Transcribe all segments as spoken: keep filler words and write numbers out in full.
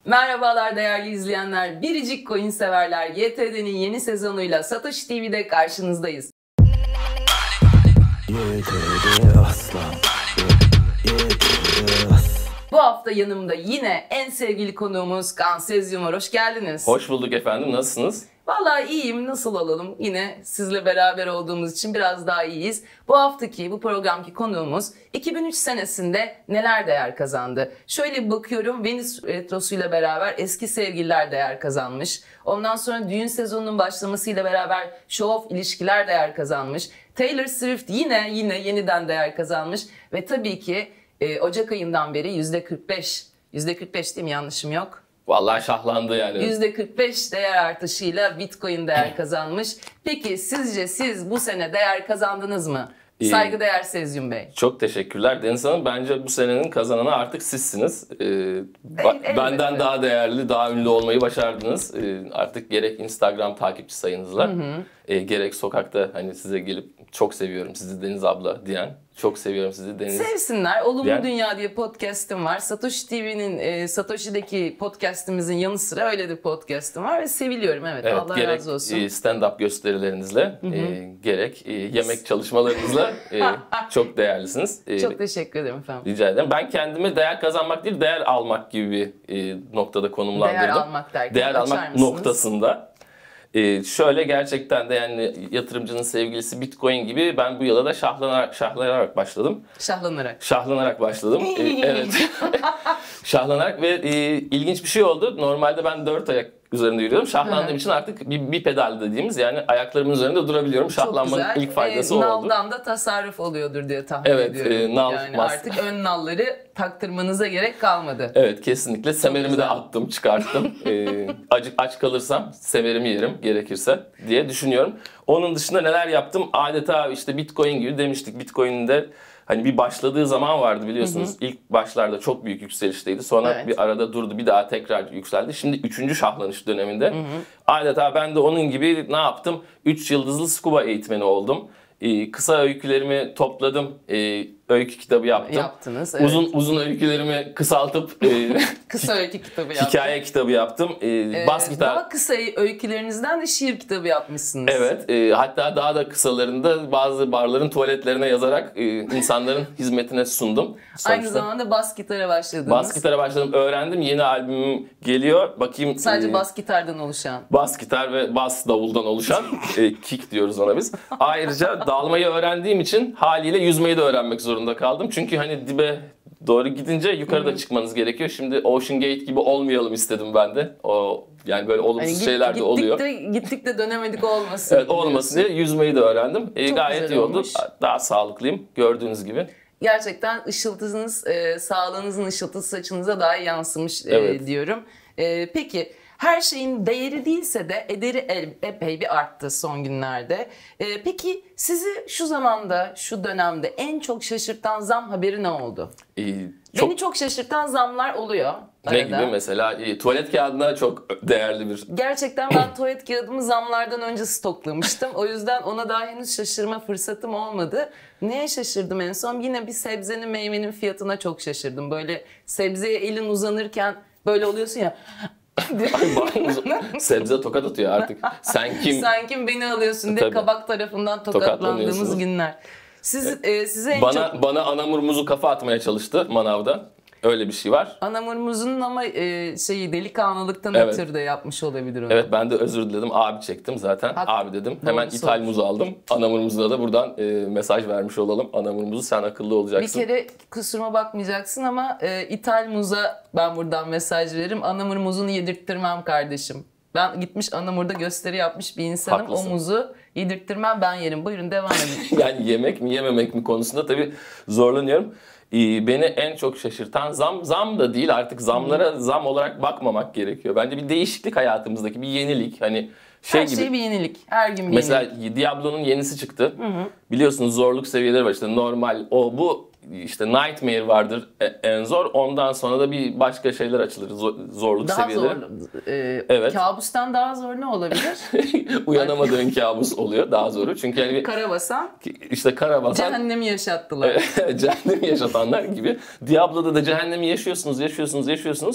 Merhabalar değerli izleyenler, biricik coin severler. Y T D'nin yeni sezonuyla Satoshi T V'de karşınızdayız. Bu hafta yanımda yine en sevgili konuğumuz Kaan Sezyum var. Hoş geldiniz. Hoş bulduk efendim. Nasılsınız? Vallahi iyiyim. Nasıl olalım? Yine sizle beraber olduğumuz için biraz daha iyiyiz. Bu haftaki, bu programki konuğumuz iki bin üç senesinde neler değer kazandı? Şöyle bir bakıyorum, Venüs Retrosu'yla beraber eski sevgililer değer kazanmış. Ondan sonra düğün sezonunun başlamasıyla beraber show-off ilişkiler değer kazanmış. Taylor Swift yine yine yeniden değer kazanmış. Ve tabii ki e, Ocak ayından beri yüzde kırk beş, yüzde kırk beş değil mi, yanlışım yok? Vallahi şahlandı yani. yüzde kırk beş değer artışıyla Bitcoin değer kazanmış. Peki sizce siz bu sene değer kazandınız mı? İyi. Saygıdeğer Sezyum Bey. Çok teşekkürler Deniz Hanım. Bence bu senenin kazananı artık sizsiniz. Ee, ba- evet, benden evet. daha değerli, daha ünlü olmayı başardınız. Ee, artık gerek Instagram takipçi sayınızla, hı hı. E, gerek sokakta hani size gelip çok seviyorum sizi Deniz abla diyen, çok seviyorum sizi Deniz. Sevsinler. Olumlu diyen. Dünya diye podcast'im var. Satoshi T V'nin, e, Satoshi'deki podcast'imizin yanı sıra öyle de podcast'im var ve seviliyorum. Evet, evet, Allah gerek razı olsun. stand-up gösterilerinizle, hı hı. E, gerek e, yemek çalışmalarınızla e, çok değerlisiniz. E, çok teşekkür ederim efendim. Rica ederim. Ben kendimi değer kazanmak değil, değer almak gibi bir e, noktada konumlandırdım. Değer almak derken Değer açar almak mısınız? Noktasında. E, şöyle gerçekten de yani yatırımcının sevgilisi Bitcoin gibi ben bu yıla da şahlanarak, şahlanarak başladım. Şahlanarak. Şahlanarak başladım. e, evet. Şahlanarak ve e, ilginç bir şey oldu. Normalde ben dört ayak üzerinde yürüyorum. Şahlandığım evet. için artık bir, bir pedal dediğimiz yani ayaklarımın üzerinde durabiliyorum. Şahlanmanın ilk faydası e, o oldu. Naldan da tasarruf oluyordur diye tahmin evet, ediyorum. E, nal, yani mas- artık ön nalları taktırmanıza gerek kalmadı. Evet, kesinlikle. Semerimi de attım, çıkarttım. ee, acık aç kalırsam semerimi yerim gerekirse diye düşünüyorum. Onun dışında neler yaptım? Adeta işte Bitcoin gibi demiştik. Bitcoin'de hani bir başladığı zaman vardı biliyorsunuz. Hı hı. İlk başlarda çok büyük yükselişteydi. Sonra evet. bir arada durdu. Bir daha tekrar yükseldi. Şimdi üçüncü şahlanış döneminde. Hı hı. Adeta ben de onun gibi ne yaptım? Üç yıldızlı scuba eğitmeni oldum. Ee, kısa öykülerimi topladım. Ee, öykü kitabı yaptım. Yaptınız, evet. Uzun uzun öykülerimi kısaltıp e, kısa öykü kitabı yaptım. Hikaye kitabı yaptım. Ee, ee, bas gitar. Daha kısa öykülerinizden de şiir kitabı yapmışsınız. Evet. E, hatta daha da kısalarında bazı barların tuvaletlerine yazarak e, insanların hizmetine sundum. Sonuçta. Aynı zamanda bas gitara başladınız. Bas gitara başladım. Öğrendim. Yeni albümüm geliyor. Bakayım. Sadece e, bas gitardan oluşan. Bas gitar ve bas davuldan oluşan e, kick diyoruz ona biz. Ayrıca dalmayı öğrendiğim için haliyle yüzmeyi de öğrenmek zorunda kaldım. Çünkü hani dibe doğru gidince yukarıda hmm. çıkmanız gerekiyor. Şimdi Ocean Gate gibi olmayalım istedim ben de. O yani böyle olumsuz yani git, şeyler de oluyor. De, gittik de dönemedik olmasın. Evet, olmasın diye yüzmeyi de öğrendim. E, gayet iyi oldu. Olmuş. Daha sağlıklıyım gördüğünüz gibi. Gerçekten ışıltınız, e, sağlığınızın ışıltısı saçınıza daha iyi yansımış e, evet. diyorum. E, peki her şeyin değeri değilse de ederi epey bir arttı son günlerde. E, peki sizi şu zamanda, şu dönemde en çok şaşırtan zam haberi ne oldu? Ee, çok... Beni çok şaşırtan zamlar oluyor. Ne arada. Gibi mesela e, tuvalet kağıdına çok değerli bir... Gerçekten ben tuvalet kağıdımı zamlardan önce stoklamıştım. O yüzden ona daha henüz şaşırma fırsatım olmadı. Neye şaşırdım en son? Yine bir sebzenin, meyvenin fiyatına çok şaşırdım. Böyle sebzeye elin uzanırken böyle oluyorsun ya... Sebze tokat atıyor artık. Sen kim? Sen kim beni alıyorsun diye Tabii. kabak tarafından tokatlandığımız günler. Siz, e, size en bana, çok... Bana anamur muzu kafa atmaya çalıştı manavda. Öyle bir şey var. Anamur muzunun ama e, şeyi delikanlılıktan evet. ötürü de yapmış olabilir onu. Evet, ben de özür diledim. Abi çektim zaten. Hak, Abi dedim. Hemen ithal muzu aldım. Anamur muzuna da buradan e, mesaj vermiş olalım. Anamur muzu sen akıllı olacaksın. Bir kere kusuruma bakmayacaksın ama e, ithal muza ben buradan mesaj veririm. Anamur muzunu yedirttirmem kardeşim. Ben gitmiş Anamur'da gösteri yapmış bir insanım. Haklısın. O muzu yedirttirmem, ben yerim. Buyurun devam edin. Yani yemek mi yememek mi konusunda tabii zorlanıyorum. Beni en çok şaşırtan zam, zam da değil artık zamlara hmm. zam olarak bakmamak gerekiyor. Bence bir değişiklik hayatımızdaki, bir yenilik. Hani şey Her gibi. şey bir yenilik. Her gün bir mesela yenilik. Mesela Diablo'nun yenisi çıktı. Hı hı. Biliyorsunuz zorluk seviyeleri var işte normal o bu işte Nightmare vardır en zor. Ondan sonra da bir başka şeyler açılır zorluk daha seviyeleri. Daha zor. Ee, evet. Kabustan daha zor ne olabilir? Uyanamadığın kabus oluyor daha zoru. Çünkü yani karabasan. İşte karabasan. Cehennemi yaşattılar. Cehennemi yaşatanlar gibi. Diablo'da da cehennemi yaşıyorsunuz, yaşıyorsunuz, yaşıyorsunuz.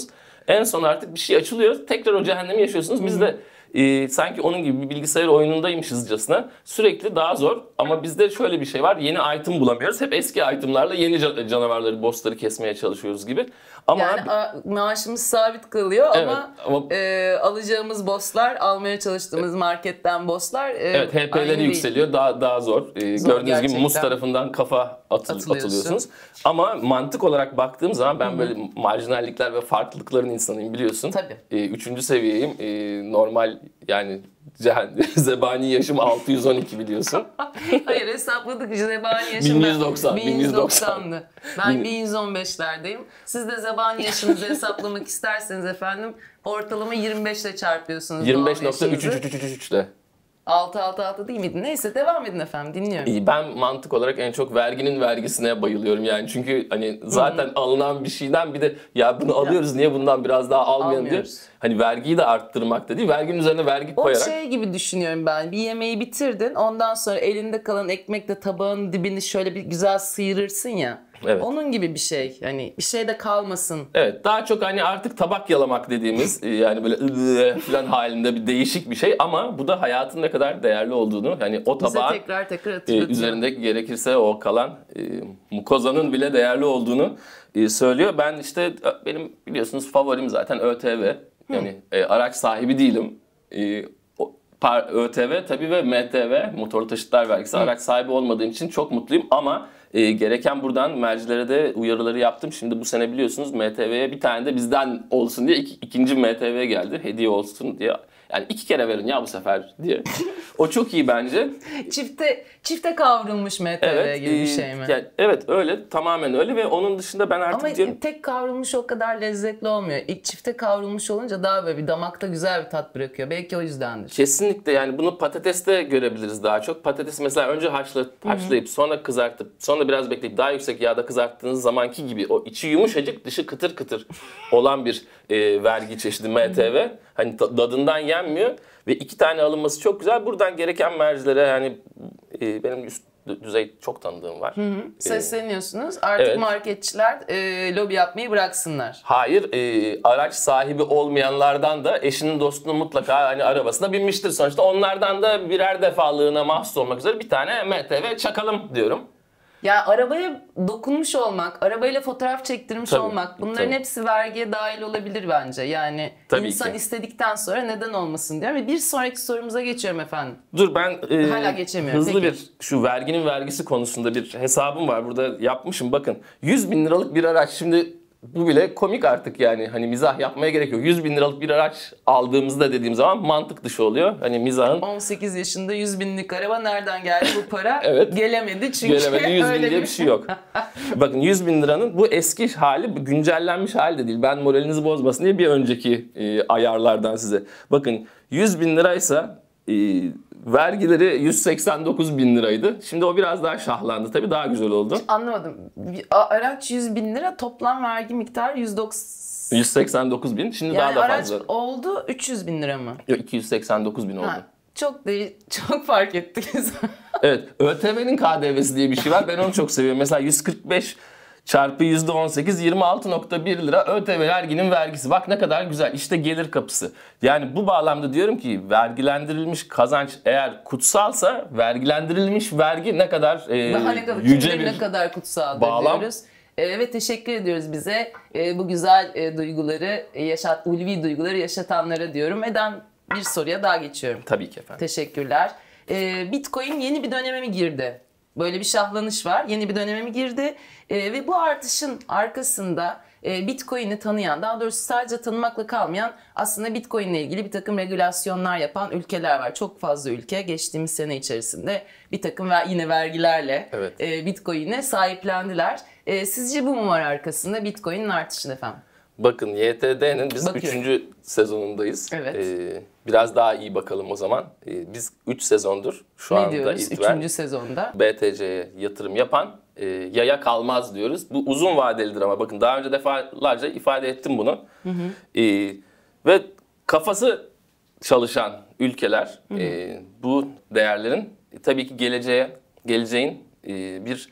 En son artık bir şey açılıyor. Tekrar o cehennemi yaşıyorsunuz. Biz de e, sanki onun gibi bir bilgisayar oyunundaymışızcasına sürekli daha zor. Ama bizde şöyle bir şey var. Yeni item bulamıyoruz. Hep eski itemlarla yeni can- canavarları, bossları kesmeye çalışıyoruz gibi. Ama Yani a- maaşımız sabit kalıyor Evet, ama, ama- e, alacağımız bosslar, almaya çalıştığımız marketten bosslar e, evet, H P'leri aynı değil. yükseliyor. Daha daha zor. Ee, Zor gördüğünüz gerçekten. gibi muz tarafından kafa atıl- Atılıyorsun. atılıyorsunuz. Ama mantık olarak baktığım zaman ben böyle marjinallikler ve farklılıkların insanıyım, biliyorsun. Tabii. Ee, üçüncü seviyeyim. Ee, normal yani cehennem, zebani yaşım altı yüz on iki biliyorsun. Hayır, hesapladık. Zebani yaşım bin yüz doksan, bin yüz doksandı. Ben bin yüz on beşlerdeyim. Siz de zebani yaşınızı hesaplamak isterseniz efendim ortalama yirmi beş ile çarpıyorsunuz. yirmi beş nokta doğum üç üç yaşınızı. üç üç üç ile. altı altı altı değil miydi? Neyse devam edin efendim, dinliyorum. İyi, ben mantık olarak en çok verginin vergisine bayılıyorum yani, çünkü hani zaten alınan bir şeyden bir de ya bunu alıyoruz, niye bundan biraz daha almayalım diye. Almıyoruz. Hani vergiyi de arttırmak da değil, verginin üzerine vergi O koyarak. şey gibi düşünüyorum ben. Bir yemeği bitirdin. Ondan sonra elinde kalan ekmekle tabağın dibini şöyle bir güzel sıyırırsın ya. Evet. Onun gibi bir şey. Yani bir şey de kalmasın. Evet, daha çok hani artık tabak yalamak dediğimiz yani böyle ıı falan halinde bir değişik bir şey, ama bu da hayatın ne kadar değerli olduğunu, yani o Bize tabağın tekrar tekrar e, hatırlatıyor. üzerindeki gerekirse o kalan e, mukozanın bile değerli olduğunu e, söylüyor. Ben işte benim biliyorsunuz favorim zaten ÖTV. Yani e, araç sahibi değilim. E, o, par, ÖTV tabii ve M T V, motorlu taşıtlar vergisi. Hı. Araç sahibi olmadığım için çok mutluyum, ama e, gereken buradan mercilere de uyarıları yaptım. Şimdi bu sene biliyorsunuz M T V'ye bir tane de bizden olsun diye iki, ikinci M T V geldi. Hediye olsun diye. Yani iki kere verin ya bu sefer diye. O çok iyi bence. Çifte çifte kavrulmuş M T V Evet, gibi bir e, şey mi? Yani, evet öyle, tamamen öyle ve onun dışında ben artık Ama diyorum... tek kavrulmuş o kadar lezzetli olmuyor. İlk çifte kavrulmuş olunca daha böyle bir damakta güzel bir tat bırakıyor. Belki o yüzdendir. Kesinlikle, yani bunu patateste görebiliriz daha çok. Patates mesela önce haşla, haşlayıp sonra kızartıp sonra biraz bekleyip daha yüksek yağda kızarttığınız zamanki gibi o içi yumuşacık dışı kıtır kıtır olan bir e, vergi çeşidi M T V. Hani tadından yenmiyor ve iki tane alınması çok güzel. Buradan gereken mercilere, yani e, benim üst düzey çok tanıdığım var. Sesleniyorsunuz. Artık evet. marketçiler e, lobi yapmayı bıraksınlar. Hayır, e, araç sahibi olmayanlardan da eşinin dostunun mutlaka hani arabasına binmiştir sonuçta. Onlardan da birer defalığına mahsus olmak üzere bir tane M T V çakalım diyorum. Ya arabaya dokunmuş olmak, arabayla fotoğraf çektirmiş Tabii, olmak, bunların tabii. hepsi vergiye dahil olabilir bence. Yani Tabii insan ki. istedikten sonra neden olmasın diyorum. Ve bir sonraki sorumuza geçiyorum efendim. Dur ben e, Hala geçemiyorum. hızlı Peki. bir şu verginin vergisi konusunda bir hesabım var. Burada yapmışım, bakın. yüz bin liralık bir araç, şimdi bu bile komik artık, yani hani mizah yapmaya gerek yok. yüz bin liralık bir araç aldığımızda dediğim zaman mantık dışı oluyor. Hani mizahın on sekiz yaşında yüz binlik araba nereden geldi bu para? Evet. Gelemedi çünkü gelemedi, yüz bin öyle diye bir şey yok. Bakın yüz bin liranın bu eski hali, bu güncellenmiş hali de değil. Ben moralinizi bozmasın diye bir önceki e, ayarlardan size. Bakın yüz bin liraysa e, vergileri yüz seksen dokuz bin liraydı. Şimdi o biraz daha şahlandı tabii, daha güzel oldu. Anlamadım. Bir araç yüz bin lira, toplam vergi miktarı yüz doksan. yüz seksen dokuz bin, şimdi Yani daha da araç fazla. oldu üç yüz bin lira mı? Yok, iki yüz seksen dokuz bin oldu. Ha, çok değil, çok fark ettik. Evet, ÖTV'nin K D V'si diye bir şey var. Ben onu çok seviyorum. Mesela yüz kırk beş çarpı yüzde on sekiz, yirmi altı nokta bir lira ÖTV verginin vergisi. Bak ne kadar güzel. İşte gelir kapısı. Yani bu bağlamda diyorum ki vergilendirilmiş kazanç eğer kutsalsa, vergilendirilmiş vergi ne kadar e, Daha ne kadar, yüce kim bilir bir ne kadar kutsaldır bağlam. diyoruz. E, ve teşekkür ediyoruz bize e, bu güzel e, duyguları, e, yaşat, ulvi duyguları yaşatanlara diyorum. Eden bir soruya daha geçiyorum. Tabii ki efendim. Teşekkürler. E, Bitcoin yeni bir döneme mi girdi? Böyle bir şahlanış var. Yeni bir döneme mi girdi? E, ve bu artışın arkasında e, Bitcoin'i tanıyan, daha doğrusu sadece tanımakla kalmayan, aslında Bitcoin ile ilgili bir takım regülasyonlar yapan ülkeler var. Çok fazla ülke geçtiğimiz sene içerisinde bir takım ve yine vergilerle Evet. e, Bitcoin'e sahiplendiler. E, sizce bu mu var arkasında Bitcoin'in artışını efendim? Bakın Y T D'nin biz Bakıyorum. üçüncü sezonundayız. Evet. Ee, biraz daha iyi bakalım o zaman. Ee, biz üç sezondur şu Ne anda diyoruz itibaren üçüncü sezonda? B T C'ye yatırım yapan e, yaya kalmaz diyoruz. Bu uzun vadelidir ama bakın daha önce defalarca ifade ettim bunu. Hı hı. E, ve kafası çalışan ülkeler e, bu değerlerin e, tabii ki geleceğe geleceğin e, bir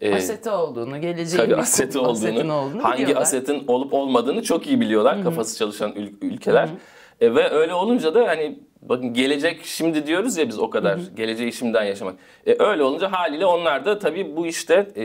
e, aseti olduğunu, geleceğin tabii bir aseti konu, asetin olduğunu, olduğunu hangi biliyorlar. asetin olup olmadığını çok iyi biliyorlar. Hı-hı. Kafası çalışan ül- ülkeler. E, ve öyle olunca da hani bakın gelecek şimdi diyoruz ya biz o kadar. Hı-hı. Geleceği şimdiden yaşamak. E, öyle olunca haliyle onlar da tabii bu işte e,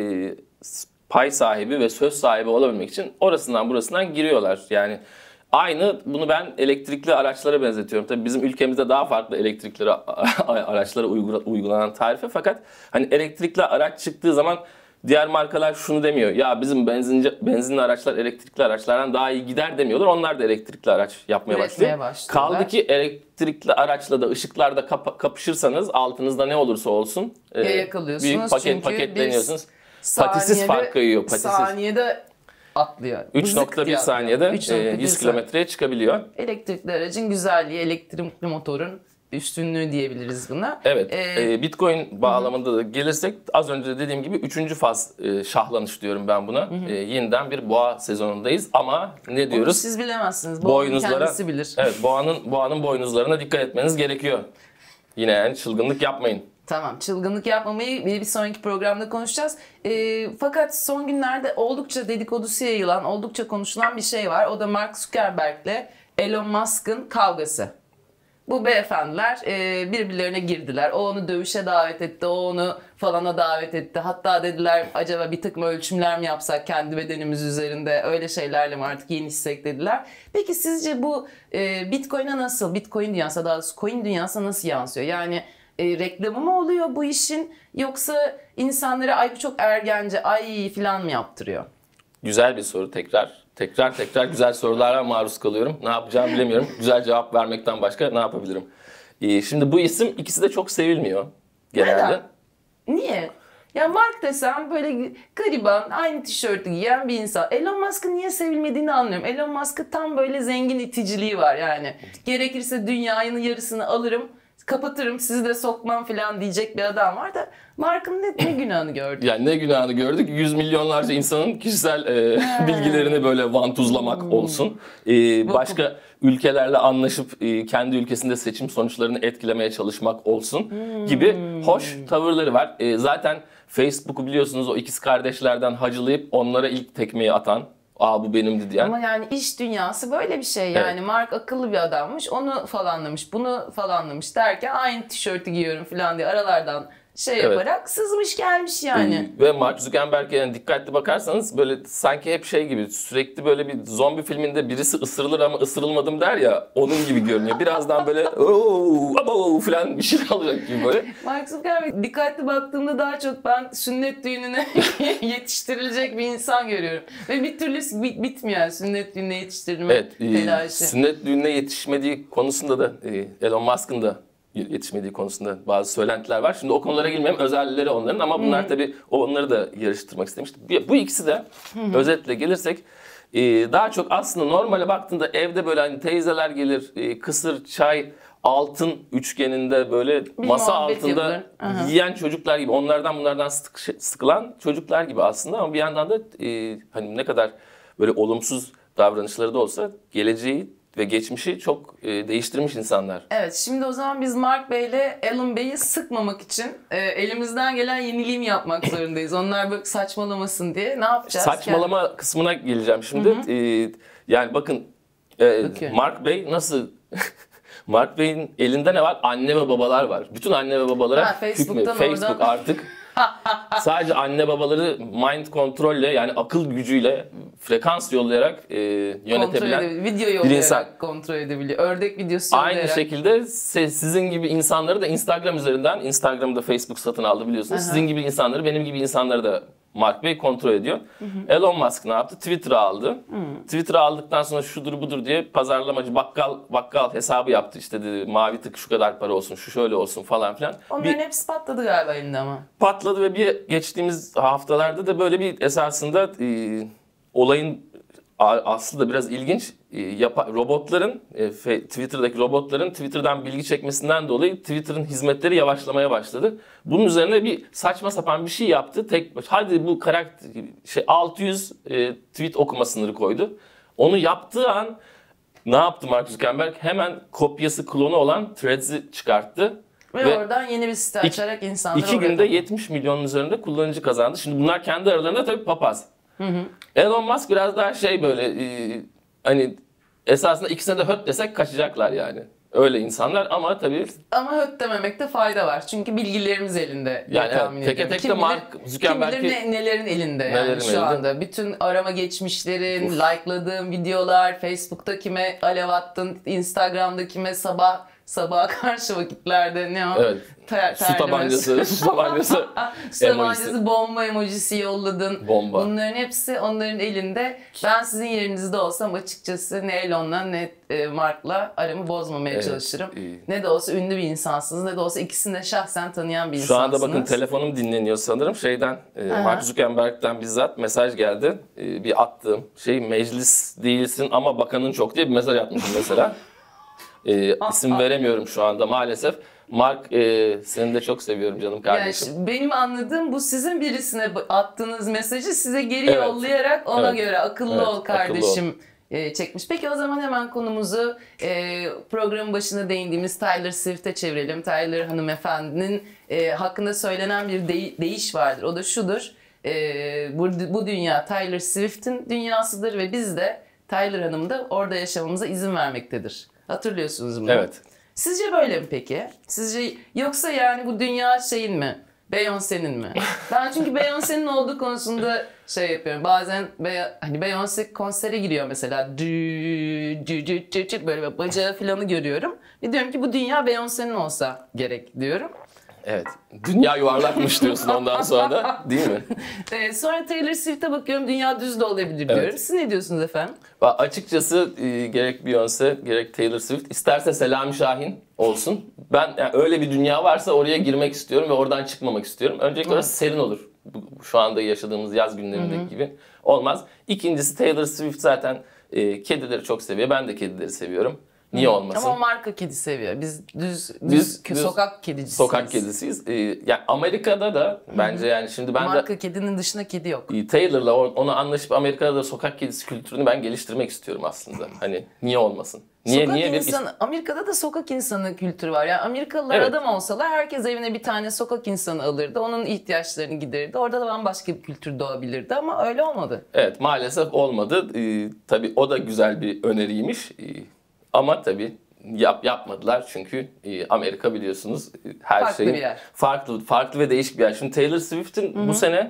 pay sahibi ve söz sahibi olabilmek için orasından burasından giriyorlar. Yani aynı bunu ben elektrikli araçlara benzetiyorum. Tabii bizim ülkemizde daha farklı elektrikli araçlara uygulanan tarife, fakat hani elektrikli araç çıktığı zaman diğer markalar şunu demiyor. Ya bizim benzinci, benzinli araçlar elektrikli araçlardan daha iyi gider demiyorlar. Onlar da elektrikli araç yapmaya başlıyor. Kaldı ki elektrikli araçla da ışıklarda kap- kapışırsanız altınızda ne olursa olsun e, büyük paket paketleniyorsunuz. Patisiz fark kayıyor. Patisiz. Saniyede atlıyor. üç nokta bir saniyede e, yüz kilometreye çıkabiliyor. Elektrikli aracın güzelliği, elektrikli motorun üstünlüğü diyebiliriz buna. Evet. Ee, e, Bitcoin bağlamında da gelirsek az önce de dediğim gibi üçüncü faz e, şahlanış diyorum ben buna. Hı hı. E, yeniden bir boğa sezonundayız ama ne diyoruz? Onu siz bilemezsiniz. Boğanın kendisi bilir. Evet, boğanın boğanın boynuzlarına dikkat etmeniz gerekiyor. Yine yani çılgınlık yapmayın. Tamam, çılgınlık yapmamayı bir, bir sonraki programda konuşacağız. E, fakat son günlerde oldukça dedikodusu yayılan, oldukça konuşulan bir şey var. O da Mark Zuckerberg'le Elon Musk'ın kavgası. Bu beyefendiler e, birbirlerine girdiler. O onu dövüşe davet etti, o onu falana davet etti. Hatta dediler acaba bir takım ölçümler mi yapsak kendi bedenimiz üzerinde, öyle şeylerle mi artık yenişsek dediler. Peki sizce bu e, Bitcoin'e nasıl, Bitcoin dünyasına, daha doğrusu coin dünyasına nasıl yansıyor? Yani e, reklamı mı oluyor bu işin, yoksa insanlara ay bu çok ergence, ay falan mı yaptırıyor? Güzel bir soru tekrar. Tekrar tekrar güzel sorulara maruz kalıyorum. Ne yapacağımı bilemiyorum. Güzel cevap vermekten başka ne yapabilirim? Ee, şimdi bu isim ikisi de çok sevilmiyor genelde. Neden? Niye? Ya Mark desem böyle gariban, aynı tişörtü giyen bir insan. Elon Musk'ın niye sevilmediğini anlıyorum. Elon Musk'ın tam böyle zengin iticiliği var yani. Gerekirse dünyanın yarısını alırım, kapatırım, sizi de sokmam falan diyecek bir adam var da Mark'ın ne, ne günahını gördük? Yani ne günahını gördük? Yüz milyonlarca insanın kişisel e, bilgilerini böyle vantuzlamak hmm. olsun. E, başka ülkelerle anlaşıp e, kendi ülkesinde seçim sonuçlarını etkilemeye çalışmak olsun hmm. gibi hoş tavırları var. E, zaten Facebook'u biliyorsunuz, o ikiz kardeşlerden hacılayıp onlara ilk tekmeyi atan, aa bu benimdi diyen. Ama yani iş dünyası böyle bir şey yani. Evet. Mark akıllı bir adammış, onu falanlamış, bunu falanlamış derken aynı tişörtü giyiyorum falan diye aralardan şey yaparak evet. sızmış gelmiş yani. Ee, ve Mark Zuckerberg'e yani dikkatli bakarsanız böyle sanki hep şey gibi, sürekli böyle bir zombi filminde birisi ısırılır ama ısırılmadım der ya, onun gibi görünüyor. Birazdan böyle ooo falan bir şey alacak gibi böyle. Mark Zuckerberg dikkatli baktığımda daha çok ben sünnet düğününe yetiştirilecek bir insan görüyorum. Ve bir türlü bit- bitmiyor yani sünnet düğününe yetiştirilme evet, telaşı. E, sünnet düğününe yetişmediği konusunda da e, Elon Musk'ın da yetişmediği konusunda bazı söylentiler var. Şimdi o konulara girmeyeyim, özellikleri onların, ama bunlar hmm. tabii onları da yarıştırmak istemiştim. Bu ikisi de hmm. özetle gelirsek daha çok aslında normale baktığında evde böyle hani teyzeler gelir, kısır, çay, altın üçgeninde böyle bir masa altında yiyen çocuklar gibi, onlardan bunlardan sık, sıkılan çocuklar gibi aslında, ama bir yandan da hani ne kadar böyle olumsuz davranışları da olsa geleceği ve geçmişi çok e, değiştirmiş insanlar. Evet, şimdi o zaman biz Mark Bey ile Elon Bey'i sıkmamak için e, elimizden gelen yeniliği mi yapmak zorundayız? Onlar böyle saçmalamasın diye ne yapacağız? Saçmalama yani kısmına geleceğim şimdi. E, yani bakın e, Mark Bey nasıl... Mark Bey'in elinde ne var? Anne ve babalar var. Bütün anne ve babalara hükmediyor. Facebook artık sadece anne babaları mind kontrolle, yani akıl gücüyle, frekans yollayarak e, yönetebilen kontrol video yollayarak bir insan. Kontrol edebiliyor. Ördek videosu yollayarak. Aynı şekilde sizin gibi insanları da Instagram üzerinden, Instagram'da Facebook satın aldı biliyorsunuz. Aha. Sizin gibi insanları, benim gibi insanları da Mark Bey kontrol ediyor. Hı hı. Elon Musk ne yaptı? Twitter'ı aldı. Hı. Twitter'ı aldıktan sonra şudur budur diye pazarlamacı bakkal bakkal hesabı yaptı. İşte dedi mavi tık şu kadar para olsun, şu şöyle olsun falan filan. Onların bir, hepsi patladı galiba elinde ama. Patladı ve bir geçtiğimiz haftalarda da böyle bir esasında e, olayın aslında biraz ilginç. E, yapa, robotların, e, Twitter'daki robotların Twitter'dan bilgi çekmesinden dolayı Twitter'ın hizmetleri yavaşlamaya başladı. Bunun üzerine bir saçma sapan bir şey yaptı. Tek hadi bu karakter şey altı yüz e, tweet okuma sınırı koydu. Onu yaptığı an ne yaptı Mark Zuckerberg? Hemen kopyası, klonu olan Threads'i çıkarttı. Ve, Ve oradan yeni bir site açarak insanlar İki günde yetmiş milyonun üzerinde kullanıcı kazandı. Şimdi bunlar kendi aralarında tabii papaz. Hı hı. Elon Musk biraz daha şey böyle e, hani esasında ikisine de höt desek kaçacaklar yani. Öyle insanlar ama tabii... Ama höt dememekte fayda var. Çünkü bilgilerimiz elinde. Yani tahmin evet, teke tek de Mark Zuckerberg'i... Kim bilir ne, nelerin elinde nelerin yani şu elinde. anda. Bütün arama geçmişlerin, like'ladığın videolar, Facebook'ta kime alev attın, Instagram'da kime sabah sabaha karşı vakitlerde ne o? Evet. Ter, su tabancası, su tabancası su tabancası, bomba emojisi yolladın. Bomba. Bunların hepsi onların elinde. Ben sizin yerinizde olsam açıkçası ne Elon'la ne Mark'la aramı bozmamaya evet, çalışırım. İyi. Ne de olsa ünlü bir insansınız, ne de olsa ikisini de şahsen tanıyan bir insansınız. Şu anda bakın telefonum dinleniyor sanırım. Şeyden, Aha. Mark Zuckerberg'den bizzat mesaj geldi. Bir attığım şey, meclis değilsin ama bakanın çok diye bir mesaj atmışım mesela. e, isim veremiyorum şu anda maalesef. Mark, e, seni de çok seviyorum canım kardeşim. Yani benim anladığım bu, sizin birisine attığınız mesajı size geri evet. yollayarak ona evet. göre akıllı evet. ol kardeşim akıllı ol. çekmiş. Peki o zaman hemen konumuzu e, programın başında değindiğimiz Taylor Swift'e çevirelim. Taylor hanımefendinin e, hakkında söylenen bir de- deyiş vardır. O da şudur. E, bu, bu dünya Taylor Swift'in dünyasıdır ve biz de Taylor Hanım da orada yaşamamıza izin vermektedir. Hatırlıyorsunuz bunu. Evet. Sizce böyle mi peki? Sizce yoksa yani bu dünya şeyin mi? Beyoncé'nin mi? Ben çünkü Beyoncé'nin olduğu konusunda şey yapıyorum. Bazen Be- hani Beyoncé konsere giriyor mesela. Dü, dü, dü, dü, dü, böyle bacağı falanı görüyorum. Ve diyorum ki bu dünya Beyoncé'nin olsa gerek diyorum. Evet. Dünya yuvarlakmış diyorsun ondan sonra da, değil mi? Evet, sonra Taylor Swift'e bakıyorum, dünya düz de olabilir diyorum. Evet. Siz ne diyorsunuz efendim? Açıkçası e, gerek Beyoncé gerek Taylor Swift isterse Selami Şahin olsun. Ben yani öyle bir dünya varsa oraya girmek istiyorum ve oradan çıkmamak istiyorum. Öncelikle orası serin olur. Şu anda yaşadığımız yaz günlerindeki Hı-hı. gibi olmaz. İkincisi Taylor Swift zaten e, kedileri çok seviyor. Ben de kedileri seviyorum. Niye olmasın? Ama marka kedi seviyor. Biz düz, düz, Biz, düz sokak kedicisiyiz. Sokak kedisiyiz. Ee, yani Amerika'da da bence Hı-hı. yani şimdi ben marka de... Marka kedinin dışında kedi yok. Taylor'la onu anlaşıp Amerika'da da sokak kedisi kültürünü ben geliştirmek istiyorum aslında. Hani niye olmasın? Niye, sokak niye insanı, bir... Amerika'da da sokak insanı kültürü var. Yani Amerikalılar evet. adam olsalar herkes evine bir tane sokak insanı alırdı. Onun ihtiyaçlarını giderirdi. Orada da bambaşka bir kültür doğabilirdi ama öyle olmadı. Evet, maalesef olmadı. Ee, tabii o da güzel bir öneriymiş. Ee, ama tabii Yap, yapmadılar çünkü e, Amerika biliyorsunuz her farklı şeyin bir yer. farklı farklı ve değişik bir yer. Şimdi Taylor Swift'in Hı-hı. bu sene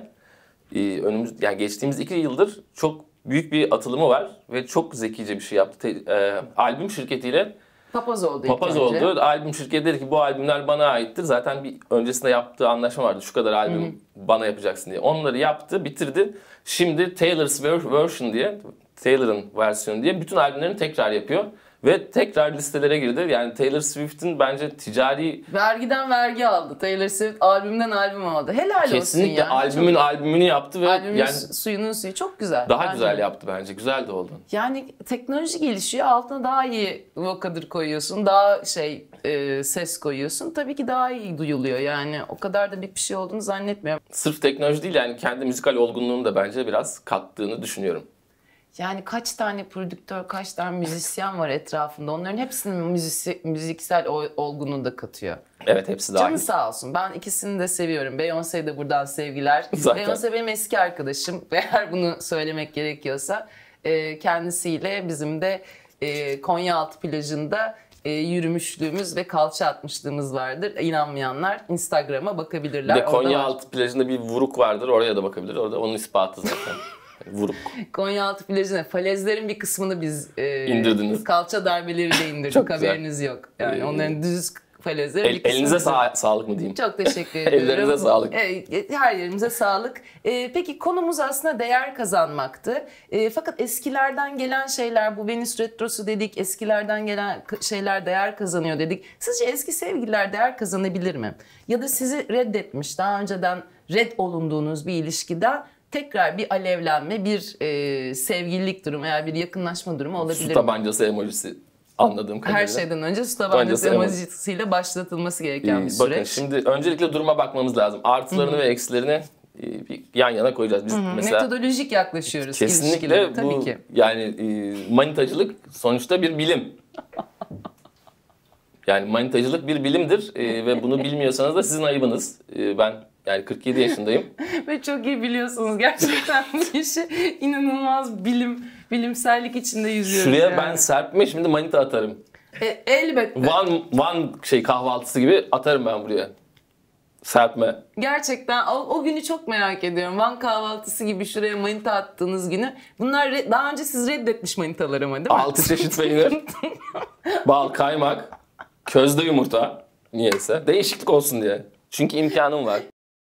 e, önümüz yani geçtiğimiz iki yıldır çok büyük bir atılımı var ve çok zekice bir şey yaptı. Te, e, albüm şirketiyle papaz oldu. Papaz oldu. Albüm şirketi dedi ki bu albümler bana aittir. Zaten bir öncesinde yaptığı anlaşma vardı. Şu kadar albüm Hı-hı. bana yapacaksın diye. Onları yaptı, bitirdi. Şimdi Taylor's version diye, Taylor'ın versiyonu diye bütün albümlerini tekrar yapıyor. Ve tekrar listelere girdi. Yani Taylor Swift'in bence ticari... Vergiden vergi aldı. Taylor Swift albümden albüm aldı. Helal Kesinlikle olsun yani. Kesinlikle albümün çok... albümünü yaptı ve... Albümün yani suyunun suyu çok güzel. Daha bence. güzel yaptı bence. Güzel de oldu. Yani teknoloji gelişiyor. Altına daha iyi vocoder koyuyorsun. Daha şey e, ses koyuyorsun. Tabii ki daha iyi duyuluyor. Yani o kadar da büyük bir şey olduğunu zannetmiyorum. Sırf teknoloji değil yani kendi müzikal olgunluğunu da bence biraz kattığını düşünüyorum. Yani kaç tane prodüktör, kaç tane müzisyen var etrafında. Onların hepsinin müzisi, müziksel olgunluğunu da katıyor. Evet, hepsi dahil. Canı sağ olsun. Ben ikisini de seviyorum. Beyoncé'ye de buradan sevgiler. Beyoncé benim eski arkadaşım. Eğer bunu söylemek gerekiyorsa kendisiyle bizim de Konyaaltı plajında yürümüşlüğümüz ve kalça atmışlığımız vardır. İnanmayanlar Instagram'a bakabilirler. Bir de Konyaaltı plajında bir vuruk vardır. Oraya da bakabilir. Orada onun ispatı zaten. Vuruk. Konyaaltı plajına falezlerin bir kısmını biz e, indirdiniz. Kalça darbeleriyle indirdik. Haberiniz yok. Yani ee, onların düz falezleri el, bir kısmını... Elinize sa- sağlık mı diyeyim? Çok teşekkür ediyorum. Ellerinize sağlık. E, her yerimize sağlık. E, peki konumuz aslında değer kazanmaktı. E, fakat eskilerden gelen şeyler, bu Venüs Retrosu dedik, eskilerden gelen şeyler değer kazanıyor dedik. Sizce eski sevgililer değer kazanabilir mi? Ya da sizi reddetmiş, daha önceden red olunduğunuz bir ilişkiden tekrar bir alevlenme, bir e, sevgililik durumu veya bir yakınlaşma durumu olabilir mi? Su tabancası emojisi anladığım kadarıyla. Her şeyden önce su tabancası emojisiyle başlatılması gereken ee, bir süreç. Bakın şimdi öncelikle duruma bakmamız lazım. Artılarını Hı-hı. ve eksilerini e, bir yan yana koyacağız. Biz Hı-hı. mesela metodolojik yaklaşıyoruz. Kesinlikle bu tabii ki. Yani e, manitacılık sonuçta bir bilim. Yani manitacılık bir bilimdir e, ve bunu bilmiyorsanız da sizin ayıbınız. E, ben yani kırk yedi yaşındayım. Ve çok iyi biliyorsunuz gerçekten bu işi. İnanılmaz bilim, bilimsellik içinde yüzüyoruz. Şuraya yani. ben Serpme şimdi manita atarım. E, elbette. Van, Van şey kahvaltısı gibi atarım ben buraya. Serpme. Gerçekten o, o günü çok merak ediyorum. Van kahvaltısı gibi şuraya manita attığınız günü. Bunlar re- daha önce siz reddetmiş manitalar ama değil mi? Altı çeşit peynir, bal, kaymak, közde yumurta. Niyeyse. Değişiklik olsun diye. Çünkü imkanım var.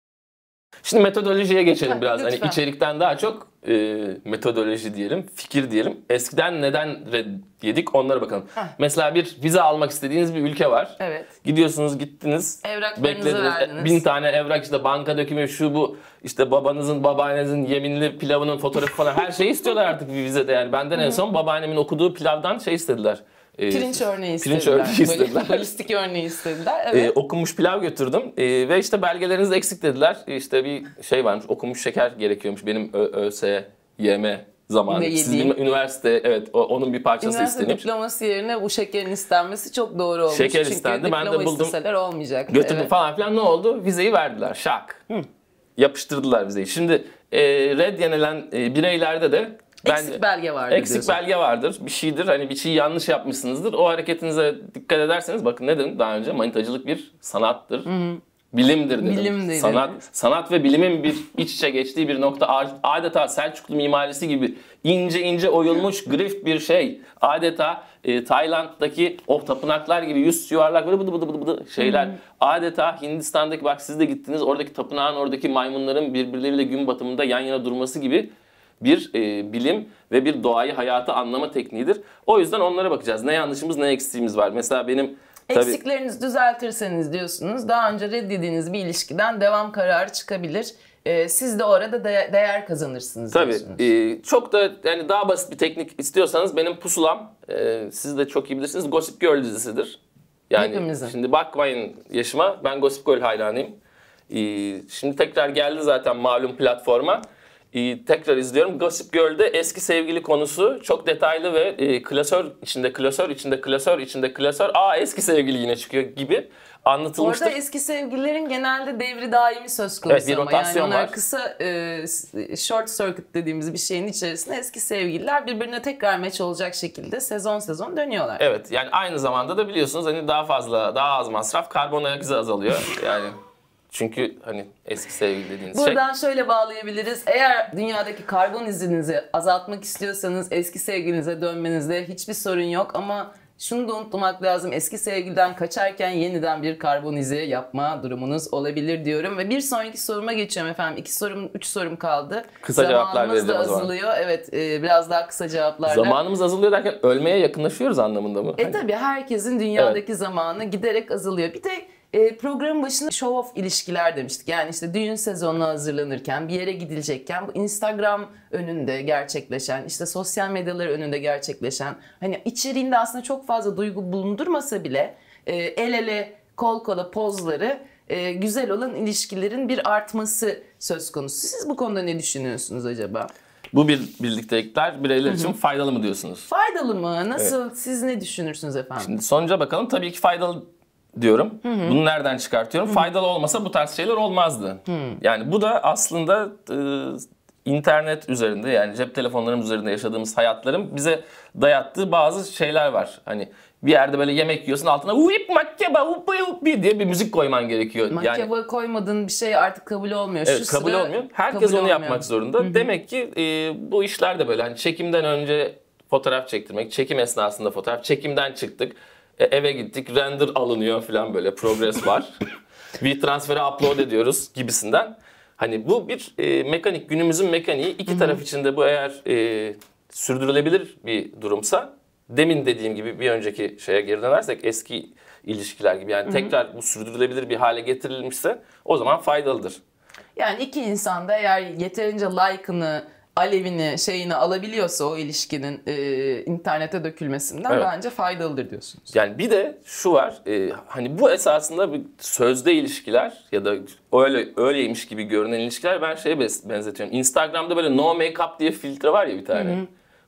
Şimdi metodolojiye geçelim biraz. Lütfen. Hani içerikten daha çok e, metodoloji diyelim, fikir diyelim. Eskiden neden red yedik onlara bakalım. Heh. Mesela bir vize almak istediğiniz bir ülke var. Evet. Gidiyorsunuz, gittiniz. Evraklarınızı verdiniz. Bin tane evrak, işte banka dökümü, şu bu, işte babanızın, babaannenizin yeminli pilavının fotoğrafı falan, her şeyi istiyorlar artık bir vizede. Yani benden en son babaannemin okuduğu pilavdan şey istediler. E, Pirinç örneği istediler. Pirinç örneği istediler. Böyle balistik örneği istediler. Ee, Evet. okunmuş pilav götürdüm ee, ve işte belgeleriniz eksik dediler. İşte bir şey varmış, okunmuş şeker gerekiyormuş benim ÖSYM zamanı. Ne Siz yediğim? bilmem, üniversite, evet o, onun bir parçası Üniversite isteniyormuş. diploması yerine bu şekerin istenmesi çok doğru olmuş. Şeker Çünkü istendi, ben de diploma buldum. isteseler olmayacak. Götürdüm Evet. falan filan, ne oldu? Vizeyi verdiler, şak. Yapıştırdılar vizeyi. Şimdi e, red yenilen e, bireylerde de Eksik belge vardır Eksik diyorsun. belge vardır. Bir şeydir. Hani bir şey yanlış yapmışsınızdır. O hareketinize dikkat ederseniz, bakın ne dedim daha önce? Manitacılık bir sanattır. Bilimdir dedim. Bilimdir Sanat, dediniz. sanat ve bilimin bir iç içe geçtiği bir nokta. Adeta Selçuklu mimarisi gibi ince ince oyulmuş grift bir şey. Adeta e, Tayland'daki o tapınaklar gibi yüz yuvarlak böyle bıdı bıdı bıdı bıdı şeyler. Adeta Hindistan'daki, bak siz de gittiniz, oradaki tapınağın oradaki maymunların birbirleriyle gün batımında yan yana durması gibi bir e, bilim ve bir doğayı, hayatı anlama tekniğidir. O yüzden onlara bakacağız. Ne yanlışımız, ne eksiğimiz var. Mesela benim tabii, Eksiklerinizi düzeltirseniz diyorsunuz, daha önce reddettiğiniz bir ilişkiden devam kararı çıkabilir. Ee, siz de orada de- değer kazanırsınız tabii diyorsunuz. e, çok da yani daha basit bir teknik istiyorsanız benim pusulam, e, siz de çok iyi bilirsiniz, Gossip Girl dizisidir. Yani Hepimizin. şimdi bakmayın yaşıma, ben Gossip Girl hayranıyım. E, şimdi tekrar geldi zaten malum platforma. Ee, tekrar izliyorum. Gossip Girl'de eski sevgili konusu çok detaylı ve e, klasör içinde klasör içinde klasör içinde klasör. Aa, eski sevgili yine çıkıyor gibi anlatılmıştır. Orada eski sevgililerin genelde devri daimi söz konusu Evet, bir ama rotasyon yani onlar var. kısa e, short circuit dediğimiz bir şeyin içerisinde eski sevgililer birbirine tekrar meç olacak şekilde sezon sezon dönüyorlar. Evet, yani aynı zamanda da biliyorsunuz hani daha fazla, daha az masraf, karbon ayak izi azalıyor. Yani çünkü hani eski sevgili dediğiniz şey. Buradan şöyle bağlayabiliriz. Eğer dünyadaki karbon izinizi azaltmak istiyorsanız eski sevgilinize dönmenizde hiçbir sorun yok ama şunu da unutmamak lazım. Eski sevgiliden kaçarken yeniden bir karbon izi yapma durumunuz olabilir diyorum. Ve bir sonraki soruma geçiyorum efendim. İki sorum, üç sorum kaldı. Kısa cevaplar Zamanımız da vereceğim o zaman. azalıyor. Evet, e, biraz daha kısa cevaplarla. Zamanımız azalıyor derken ölmeye yakınlaşıyoruz anlamında mı? E Hani- tabii herkesin dünyadaki zamanı giderek azalıyor. Bir de e, programın başında show off ilişkiler demiştik. Yani işte düğün sezonuna hazırlanırken, bir yere gidilecekken bu Instagram önünde gerçekleşen, işte sosyal medyalar önünde gerçekleşen, hani içeriğinde aslında çok fazla duygu bulundurmasa bile e, el ele, kol kola pozları e, güzel olan ilişkilerin bir artması söz konusu. Siz bu konuda ne düşünüyorsunuz acaba? Bu bir birliktelikler bireyler için faydalı mı diyorsunuz? Faydalı mı? Nasıl? Siz ne düşünürsünüz efendim? Şimdi sonuca bakalım. Tabii ki faydalı diyorum. Bunu nereden çıkartıyorum? Faydalı olmasa bu tarz şeyler olmazdı. Yani bu da aslında e, internet üzerinde, yani cep telefonlarımız üzerinde yaşadığımız hayatların bize dayattığı bazı şeyler var. Hani bir yerde böyle yemek yiyorsun, altına "Uip makyaba upi upi" diye bir müzik koyman gerekiyor. Yani Makyaba koymadığın bir şey artık kabul olmuyor. evet, Şu kabul sıra olmuyor. Herkes kabul onu olmuyor. yapmak zorunda. Demek ki e, bu işler de böyle. Hani çekimden önce fotoğraf çektirmek, çekim esnasında fotoğraf, çekimden çıktık, e, eve gittik, render alınıyor falan, böyle progress var. Bir transferi upload ediyoruz gibisinden. Hani bu bir e, mekanik, günümüzün mekaniği. İki taraf için de bu eğer e, sürdürülebilir bir durumsa, demin dediğim gibi bir önceki şeye geri dönersek, eski ilişkiler gibi, yani tekrar bu sürdürülebilir bir hale getirilmişse o zaman faydalıdır. Yani iki insan da eğer yeterince like'ını, alevini, şeyini alabiliyorsa o ilişkinin e, internete dökülmesinden Evet. bence faydalıdır diyorsunuz. Yani bir de şu var, e, hani bu esasında bir sözde ilişkiler ya da öyle öyleymiş gibi görünen ilişkiler, ben şeye benzetiyorum. Instagram'da böyle no make up diye filtre var ya bir tane.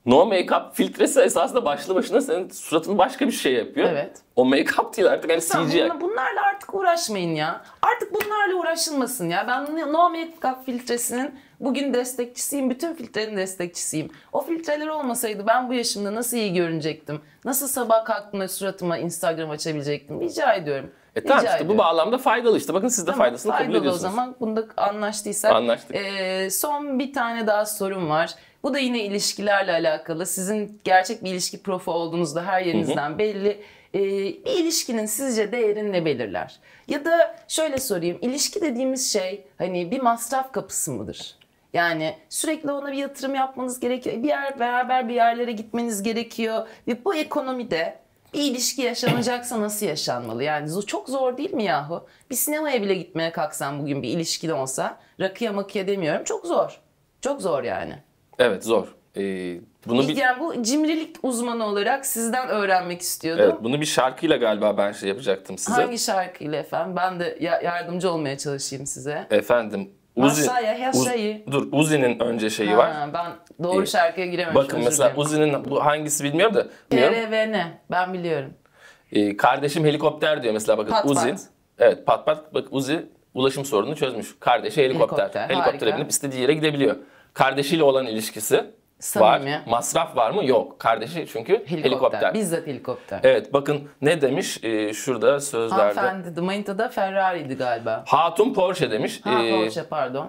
no make-up filtresi esasında başlı başına senin suratını başka bir şey yapıyor. Evet. O make-up değil artık, hani Sen C G I. bunla- bunlarla artık uğraşmayın ya. Artık bunlarla uğraşılmasın ya. Ben no make-up filtresinin bugün destekçisiyim. Bütün filtrenin destekçisiyim. O filtreler olmasaydı ben bu yaşımda nasıl iyi görünecektim? Nasıl sabah kalktığımda suratıma Instagram açabilecektim? Rica ediyorum. E tamam Rica işte bu ediyorum. bağlamda faydalı işte. Bakın siz de Tamam, faydasını kabul faydalı ediyorsunuz. o zaman. Bunda anlaştıysak. Anlaştık. Ee, son bir tane daha sorum var. Bu da yine ilişkilerle alakalı. Sizin gerçek bir ilişki profu olduğunuz da her yerinizden belli. Ee, bir ilişkinin sizce değerini ne belirler? Ya da şöyle sorayım. İlişki dediğimiz şey hani bir masraf kapısı mıdır? Yani sürekli ona bir yatırım yapmanız gerekiyor. Bir yer, beraber bir yerlere gitmeniz gerekiyor. Ve bu ekonomide bir ilişki yaşanacaksa nasıl yaşanmalı? Yani zo- çok zor değil mi yahu? Bir sinemaya bile gitmeye kalksan bugün bir ilişkin olsa, rakıya makıya demiyorum, çok zor. Çok zor yani. Evet, zor. Ee, bunu bir Yani bu cimrilik uzmanı olarak sizden öğrenmek istiyordum. evet, bunu bir şarkıyla galiba ben şey yapacaktım size. Hangi şarkıyla efendim? Ben de ya- yardımcı olmaya çalışayım size. Efendim Uzi, Masaya her Uz- şeyi. dur Uzi'nin önce şeyi var. Ha, ben doğru Ee, şarkıya girememişim. Bakın özür mesela dilerim. Uzi'nin bu hangisi bilmiyorum da. Bilmiyorum. T R V N. Ben biliyorum. Ee, kardeşim helikopter diyor mesela, bakın Pat Uzi. pat. Evet, pat pat, bak Uzi ulaşım sorununu çözmüş. Kardeşi helikopter. Helikopter, Helikoptere harika. binip istediği yere gidebiliyor. Kardeşiyle olan ilişkisi Samimi. var. Masraf var mı? Yok. Kardeşi çünkü Helikopter. helikopter. Bizzat helikopter. Evet, bakın ne demiş ee, şurada sözlerde. Hanımefendi, The Manita'da Ferrari'ydi galiba. Hatun Porsche demiş. Ha Ee, Porsche pardon.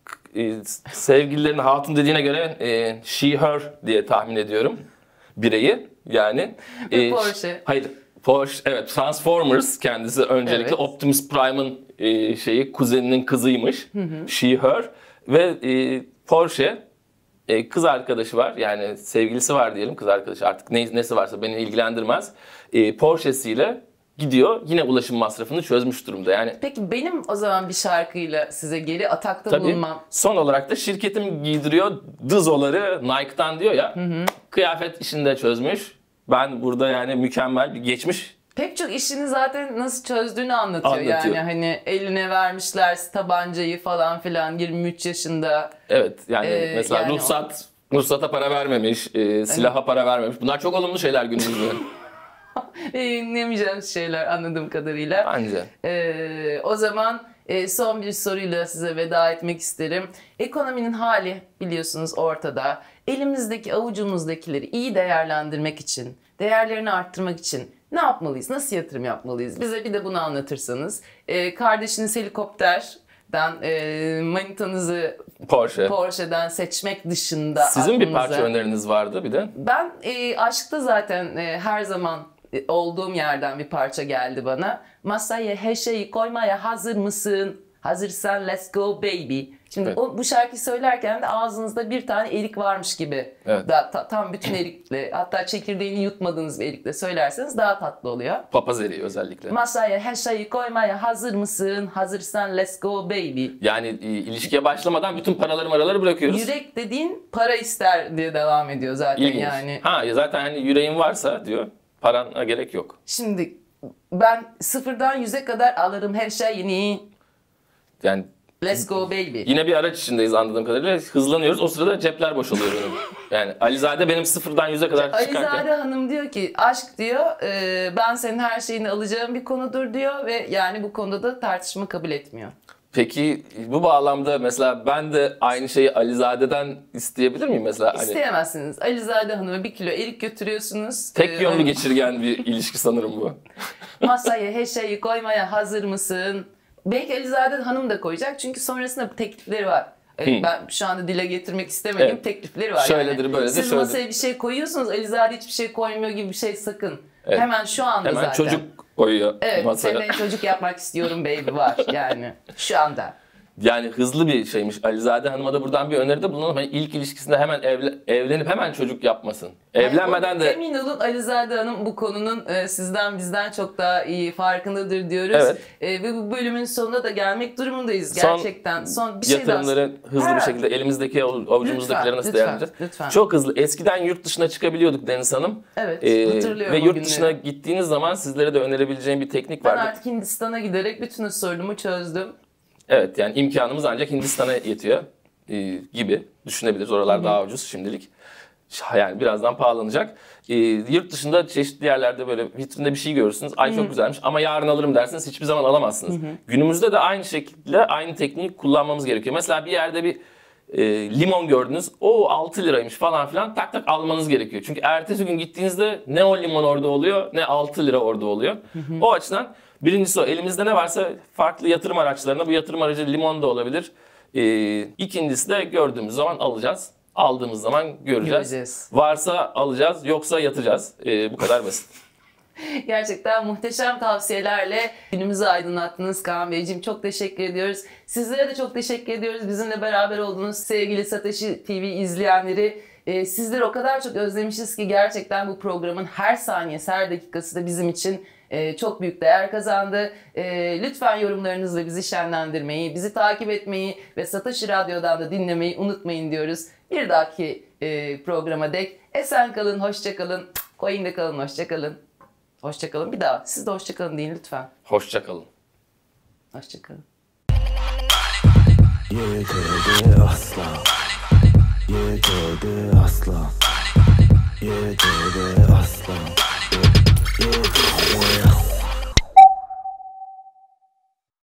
e, sevgililerin hatun dediğine göre e, she her diye tahmin ediyorum bireyi yani. Ve Porsche. Hayır, Porsche, evet, Transformers kendisi öncelikle Evet. Optimus Prime'ın e, şeyi, kuzeninin kızıymış. She her ve e, Porsche e, kız arkadaşı var, yani sevgilisi var diyelim, kız arkadaşı artık ne, nesi varsa beni ilgilendirmez. E, Porsche'siyle gidiyor, yine ulaşım masrafını çözmüş durumda yani. Peki benim o zaman bir şarkıyla size geri atakta Tabii. bulunmam. Son olarak da şirketim giydiriyor Dızoları Nike'dan diyor ya. Kıyafet işini de çözmüş. Ben burada yani mükemmel bir geçmiş. Pek çok işini zaten nasıl çözdüğünü anlatıyor. Anlatıyor. Yani hani eline vermişler tabancayı falan filan yirmi üç yaşında. Evet yani Ee, mesela yani ruhsat, ruhsata para vermemiş, e, silaha para vermemiş. Bunlar çok olumlu şeyler günümüzde. Yayınlayamayacağımız şeyler anladığım kadarıyla. Bence. Ee, o zaman e, son bir soruyla size veda etmek isterim. Ekonominin hali biliyorsunuz ortada. Elimizdeki avucumuzdakileri iyi değerlendirmek için, değerlerini arttırmak için ne yapmalıyız? Nasıl yatırım yapmalıyız? Bize bir de bunu anlatırsanız. Ee, kardeşiniz helikopterden, e, manitanızı Porsche. Porsche'den seçmek dışında Sizin bir aklınıza- parça öneriniz vardı bir de. Ben e, aşkta zaten e, her zaman e, olduğum yerden bir parça geldi bana. Masaya her şeyi koymaya hazır mısın? Hazırsan let's go baby. Şimdi Evet. o, bu şarkıyı söylerken de ağzınızda bir tane erik varmış gibi. Evet. Da, ta- tam bütün erikle, hatta çekirdeğini yutmadığınız bir erikle söylerseniz daha tatlı oluyor. Papaz eriği özellikle. Masaya her şeyi koymaya hazır mısın? Hazırsan let's go baby. Yani e, ilişkiye başlamadan bütün paraları maraları bırakıyoruz. Yürek dediğin para ister diye devam ediyor zaten İlginç. yani. Ha ya zaten hani yüreğin varsa diyor, parana gerek yok. Şimdi ben sıfırdan yüze kadar alırım her şeyini. Yani Let's go baby. yine bir araç içindeyiz anladığım kadarıyla. Hızlanıyoruz. O sırada cepler boşalıyor benim. Yani Alizade benim sıfırdan yüze kadar çıkarken. Alizade Hanım diyor ki aşk diyor e, ben senin her şeyini alacağım bir konudur diyor ve yani bu konuda da tartışma kabul etmiyor. Peki bu bağlamda mesela ben de aynı şeyi Alizade'den isteyebilir miyim mesela? Hani İsteyemezsiniz. Alizade Hanım'a bir kilo erik götürüyorsunuz. tek E, yönlü onu- geçirgen bir ilişki sanırım bu. Masaya her şeyi koymaya hazır mısın? Belki Alizade Hanım da koyacak çünkü sonrasında teklifleri var. E, Hmm. Ben şu anda dile getirmek istemediğim Evet. teklifleri var. Şöyledir, yani. böyledir, Siz şöyledir. masaya bir şey koyuyorsunuz, Alizade hiçbir şey koymuyor gibi bir şey sakın. Evet. Hemen şu anda Hemen zaten. çocuk koyuyor Evet, masaya. seninle çocuk yapmak istiyorum baby var yani şu anda. Yani hızlı bir şeymiş. Alizade Hanım'a da buradan bir öneride bulunalım. Hani ilk ilişkisinde hemen evle- evlenip hemen çocuk yapmasın. Evlenmeden Yani o- de Emin olun Alizade Hanım bu konunun e, sizden bizden çok daha iyi farkındadır diyoruz. Evet. E, ve bu bölümün sonuna da gelmek durumundayız Son gerçekten. Son bir şey daha. yatırımları hızlı Ha. bir şekilde elimizdeki avu- avucumuzdakileri Lütfen, nasıl lütfen, değerlendireceğiz? lütfen. Çok hızlı. Eskiden yurt dışına çıkabiliyorduk Deniz Hanım. Evet, Ee, hatırlıyorum ve o yurt günleri. dışına gittiğiniz zaman sizlere de önerebileceğim bir teknik Ben vardı. artık Hindistan'a giderek bütün sorunumu çözdüm. Evet, yani imkanımız ancak Hindistan'a yetiyor e, gibi düşünebiliriz. Oralar daha ucuz şimdilik. Yani birazdan pahalanacak. Ee, yurt dışında çeşitli yerlerde böyle vitrinde bir şey görürsünüz. Ay çok güzelmiş ama yarın alırım derseniz hiçbir zaman alamazsınız. Hı hı. Günümüzde de aynı şekilde aynı tekniği kullanmamız gerekiyor. Mesela bir yerde bir e, limon gördünüz. O altı liraymış falan filan, tak tak almanız gerekiyor. Çünkü ertesi gün gittiğinizde ne o limon orada oluyor ne altı lira orada oluyor. Hı hı. O açıdan birincisi o. Elimizde ne varsa farklı yatırım araçlarına, bu yatırım aracı limon da olabilir. Ee, ikincisi de gördüğümüz zaman alacağız. Aldığımız zaman göreceğiz. Göreceğiz. Varsa alacağız, yoksa yatacağız. Ee, bu kadar basit. Gerçekten muhteşem tavsiyelerle günümüzü aydınlattınız Kaan Beyciğim. Çok teşekkür ediyoruz. Sizlere de çok teşekkür ediyoruz. Bizimle beraber olduğunuz sevgili Satoshi T V izleyenleri. Ee, sizleri o kadar çok özlemişiz ki gerçekten bu programın her saniyesi, her dakikası da bizim için e, çok büyük değer kazandı. E, lütfen yorumlarınızla bizi şenlendirmeyi, bizi takip etmeyi ve Satoshi Radyo'dan da dinlemeyi unutmayın diyoruz. Bir dahaki e, programa dek esen kalın, hoşça kalın. Coin'de kalın, hoşça kalın. Hoşça kalın. Bir daha siz de hoşça kalın deyin lütfen. Hoşça kalın. Hoşça kalın. Yedi asla. Yedi asla. Yedi asla. Yedi